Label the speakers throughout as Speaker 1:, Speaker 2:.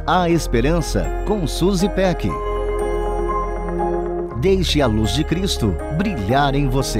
Speaker 1: A Esperança, com Suzy Peck. Deixe a luz de Cristo brilhar em você.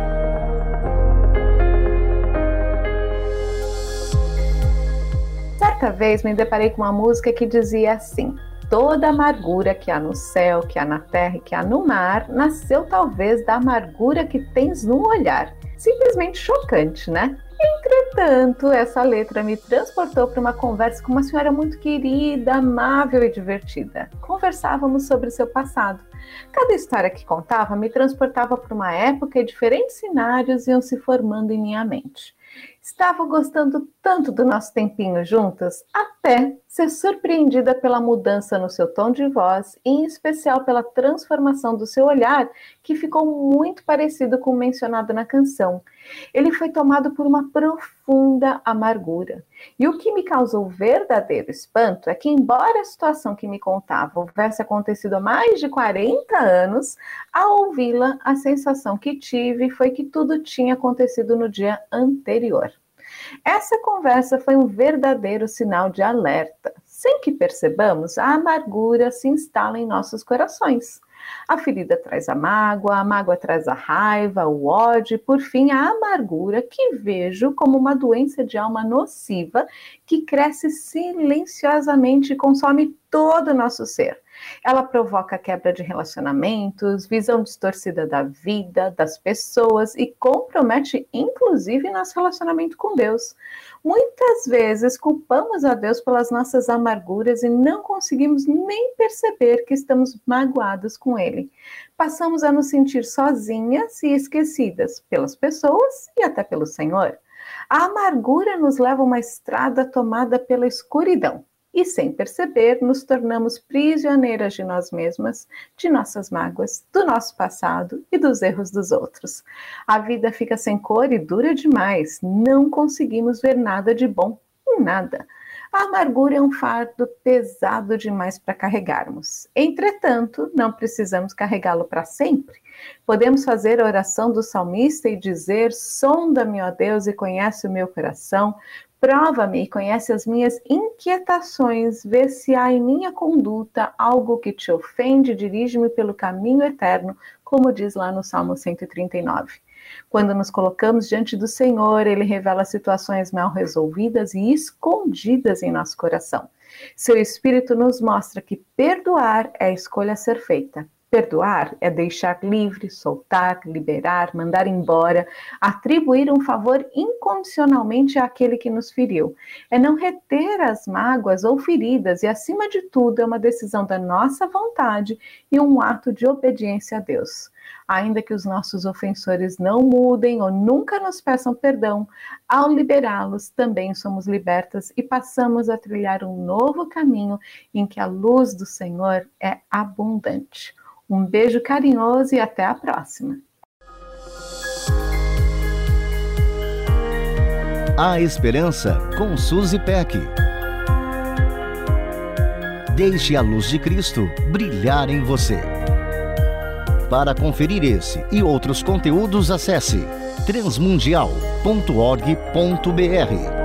Speaker 2: Certa vez me deparei com uma música que dizia assim: toda amargura que há no céu, que há na terra e que há no mar, nasceu talvez da amargura que tens no olhar. Simplesmente chocante, né? Entretanto, essa letra me transportou para uma conversa com uma senhora muito querida, amável e divertida. Conversávamos sobre seu passado. Cada história que contava me transportava para uma época e diferentes cenários iam se formando em minha mente. Estava gostando tanto do nosso tempinho juntas, até ser surpreendida pela mudança no seu tom de voz e, em especial, pela transformação do seu olhar, que ficou muito parecido com o mencionado na canção. Ele foi tomado por uma profunda amargura. E o que me causou verdadeiro espanto é que, embora a situação que me contava houvesse acontecido há mais de 40 anos, ao ouvi-la, a sensação que tive foi que tudo tinha acontecido no dia anterior. Essa conversa foi um verdadeiro sinal de alerta. Sem que percebamos, a amargura se instala em nossos corações. A ferida traz a mágoa traz a raiva, o ódio e, por fim, a amargura, que vejo como uma doença de alma nociva que cresce silenciosamente e consome todo o nosso ser. Ela provoca quebra de relacionamentos, visão distorcida da vida, das pessoas e compromete, inclusive, nosso relacionamento com Deus. Muitas vezes culpamos a Deus pelas nossas amarguras e não conseguimos nem perceber que estamos magoados com Ele. Passamos a nos sentir sozinhas e esquecidas pelas pessoas e até pelo Senhor. A amargura nos leva a uma estrada tomada pela escuridão. E, sem perceber, nos tornamos prisioneiras de nós mesmas, de nossas mágoas, do nosso passado e dos erros dos outros. A vida fica sem cor e dura demais. Não conseguimos ver nada de bom em nada. A amargura é um fardo pesado demais para carregarmos. Entretanto, não precisamos carregá-lo para sempre. Podemos fazer a oração do salmista e dizer: sonda-me, ó Deus, e conhece o meu coração. Prova-me e conhece as minhas inquietações, vê se há em minha conduta algo que te ofende, dirige-me pelo caminho eterno, como diz lá no Salmo 139. Quando nos colocamos diante do Senhor, Ele revela situações mal resolvidas e escondidas em nosso coração. Seu Espírito nos mostra que perdoar é a escolha a ser feita. Perdoar é deixar livre, soltar, liberar, mandar embora, atribuir um favor incondicionalmente àquele que nos feriu. É não reter as mágoas ou feridas e, acima de tudo, é uma decisão da nossa vontade e um ato de obediência a Deus. Ainda que os nossos ofensores não mudem ou nunca nos peçam perdão, ao liberá-los também somos libertas e passamos a trilhar um novo caminho em que a luz do Senhor é abundante. Um beijo carinhoso e até a próxima.
Speaker 1: A Esperança, com Suzy Peck. Deixe a luz de Cristo brilhar em você. Para conferir esse e outros conteúdos, acesse transmundial.org.br.